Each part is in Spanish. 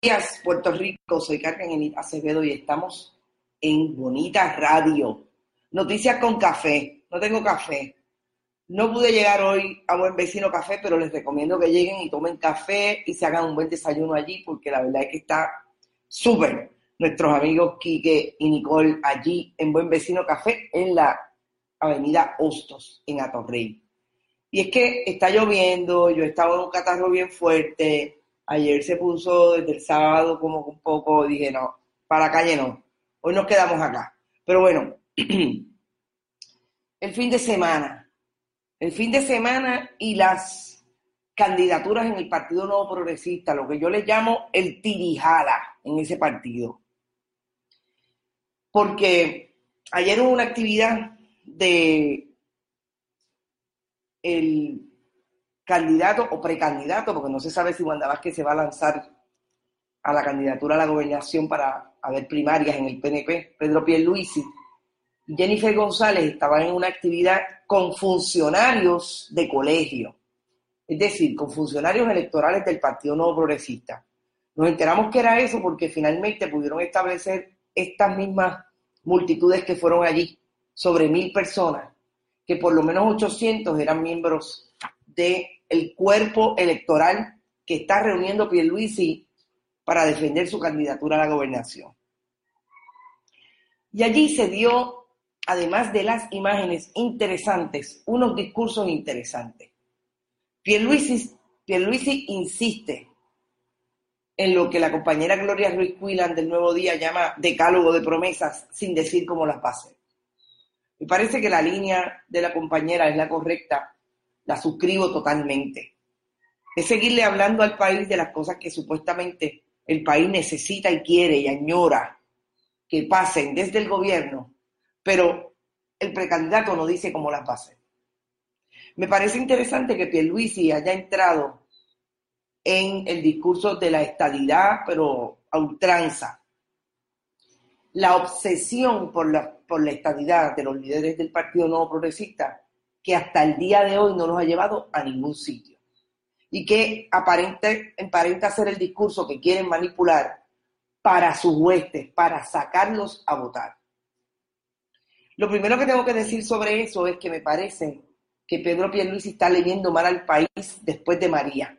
Días, Puerto Rico, soy Carmen Acevedo y estamos en Bonita Radio. Noticias con café. No tengo café. No pude llegar hoy a Buen Vecino Café, pero les recomiendo que lleguen y tomen café y se hagan un buen desayuno allí, porque la verdad es que está súper. Nuestros amigos Quique y Nicole allí en Buen Vecino Café en la avenida Hostos, en Atorrey. Y es que está lloviendo, yo estaba en un catarro bien fuerte. Ayer se puso desde el sábado como un poco, dije, no, para la calle no, hoy nos quedamos acá. Pero bueno, el fin de semana y las candidaturas en el Partido Nuevo Progresista, lo que yo le llamo el tirijala en ese partido. Porque ayer hubo una actividad de el candidato o precandidato, porque no se sabe si Wanda Vázquez se va a lanzar a la candidatura a la gobernación para haber primarias en el PNP, Pedro Pierluisi. Jennifer González estaba en una actividad con funcionarios de colegio, es decir, con funcionarios electorales del Partido Nuevo Progresista. Nos enteramos que era eso porque finalmente pudieron establecer estas mismas multitudes que fueron allí, sobre 1,000 personas, que por lo menos 800 eran miembros del cuerpo electoral que está reuniendo Pierluisi para defender su candidatura a la gobernación. Y allí se dio, además de las imágenes interesantes, unos discursos interesantes. Pierluisi insiste en lo que la compañera Gloria Ruiz Cuilan del Nuevo Día llama decálogo de promesas, sin decir cómo las va a hacer. Me parece que la línea de la compañera es la correcta, la suscribo totalmente. Es seguirle hablando al país de las cosas que supuestamente el país necesita y quiere y añora que pasen desde el gobierno, pero el precandidato no dice cómo las va a hacer. Me parece interesante que Pierluisi haya entrado en el discurso de la estadidad, pero a ultranza. La obsesión por la estadidad de los líderes del Partido Nuevo Progresista, que hasta el día de hoy no los ha llevado a ningún sitio. Y que aparenta ser el discurso que quieren manipular para sus huestes, para sacarlos a votar. Lo primero que tengo que decir sobre eso es que me parece que Pedro Pierluisi está leyendo mal al país después de María.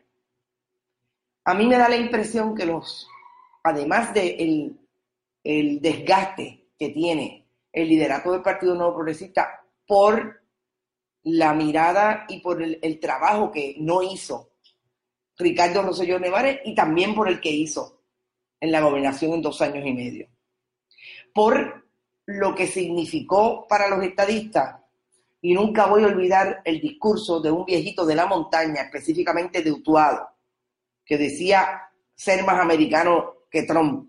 A mí me da la impresión que además de el desgaste que tiene el liderato del Partido Nuevo Progresista por la mirada y por el trabajo que no hizo Ricardo Rosselló Nevares y también por el que hizo en la gobernación en 2 años y medio. Por lo que significó para los estadistas, y nunca voy a olvidar el discurso de un viejito de la montaña, específicamente de Utuado, que decía ser más americano que Trump.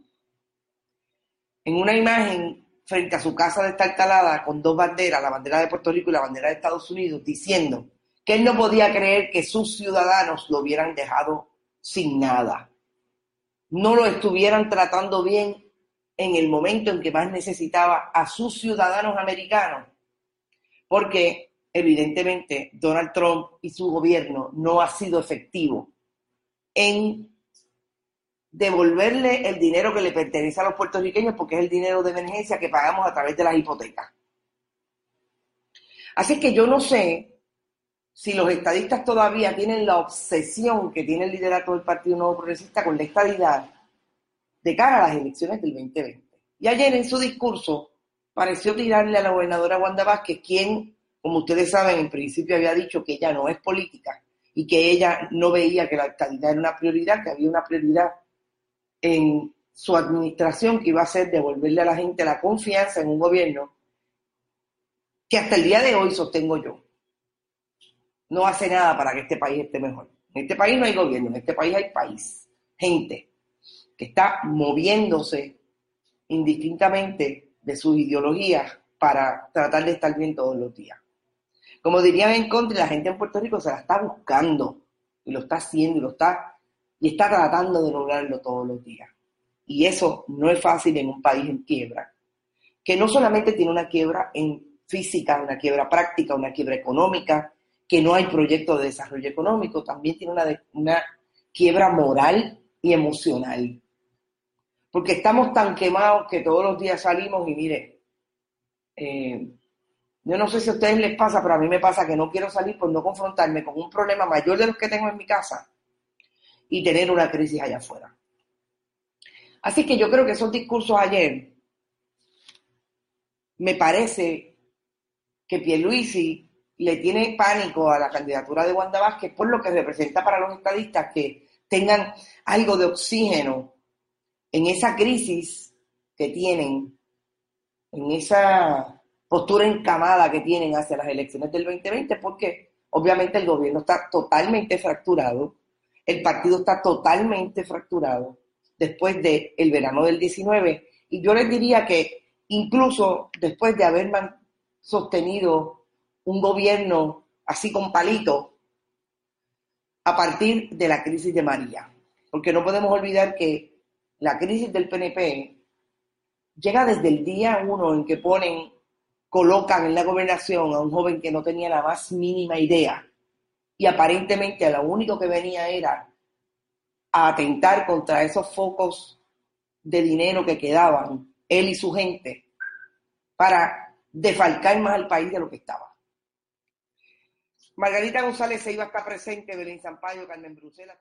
En una imagen frente a su casa destartalada con 2 banderas, la bandera de Puerto Rico y la bandera de Estados Unidos, diciendo que él no podía creer que sus ciudadanos lo hubieran dejado sin nada. No lo estuvieran tratando bien en el momento en que más necesitaba a sus ciudadanos americanos, porque evidentemente Donald Trump y su gobierno no ha sido efectivo en devolverle el dinero que le pertenece a los puertorriqueños, porque es el dinero de emergencia que pagamos a través de las hipotecas. Así que yo no sé si los estadistas todavía tienen la obsesión que tiene el liderato del Partido Nuevo Progresista con la estadidad de cara a las elecciones del 2020. Y ayer en su discurso pareció tirarle a la gobernadora Wanda Vázquez, quien, como ustedes saben, en principio había dicho que ella no es política y que ella no veía que la estadidad era una prioridad, que había una prioridad en su administración que iba a ser devolverle a la gente la confianza en un gobierno que hasta el día de hoy, sostengo yo, no hace nada para que este país esté mejor. En este país no hay gobierno, en este país hay país, gente que está moviéndose indistintamente de sus ideologías para tratar de estar bien todos los días. Como dirían en contra, la gente en Puerto Rico se la está buscando y lo está haciendo y está tratando de lograrlo todos los días. Y eso no es fácil en un país en quiebra, que no solamente tiene una quiebra en física, una quiebra práctica, una quiebra económica, que no hay proyecto de desarrollo económico, también tiene una quiebra moral y emocional. porque estamos tan quemados que todos los días salimos y mire, yo no sé si a ustedes les pasa, pero a mí me pasa que no quiero salir por no confrontarme con un problema mayor de los que tengo en mi casa y tener una crisis allá afuera. Así que yo creo que esos discursos ayer, me parece que Pierluisi le tiene pánico a la candidatura de Wanda Vázquez por lo que representa para los estadistas que tengan algo de oxígeno en esa crisis que tienen, en esa postura encamada que tienen hacia las elecciones del 2020, porque obviamente el gobierno está totalmente fracturado, el partido está totalmente fracturado después del verano del 19, y yo les diría que incluso después de haber sostenido un gobierno así con palito a partir de la crisis de María, porque no podemos olvidar que la crisis del PNP llega desde el día 1 en que colocan en la gobernación a un joven que no tenía la más mínima idea y aparentemente lo único que venía era a atentar contra esos focos de dinero que quedaban, él y su gente, para defalcar más al país de lo que estaba. Margarita González se iba a estar presente, Belén Sampaio, Carmen Bruselas.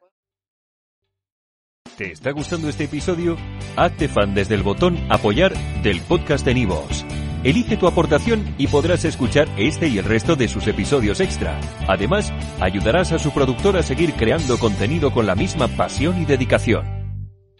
¿Te está gustando este episodio? Hazte fan desde el botón Apoyar del podcast de Nivos. Elige tu aportación y podrás escuchar este y el resto de sus episodios extra. Además, ayudarás a su productor a seguir creando contenido con la misma pasión y dedicación.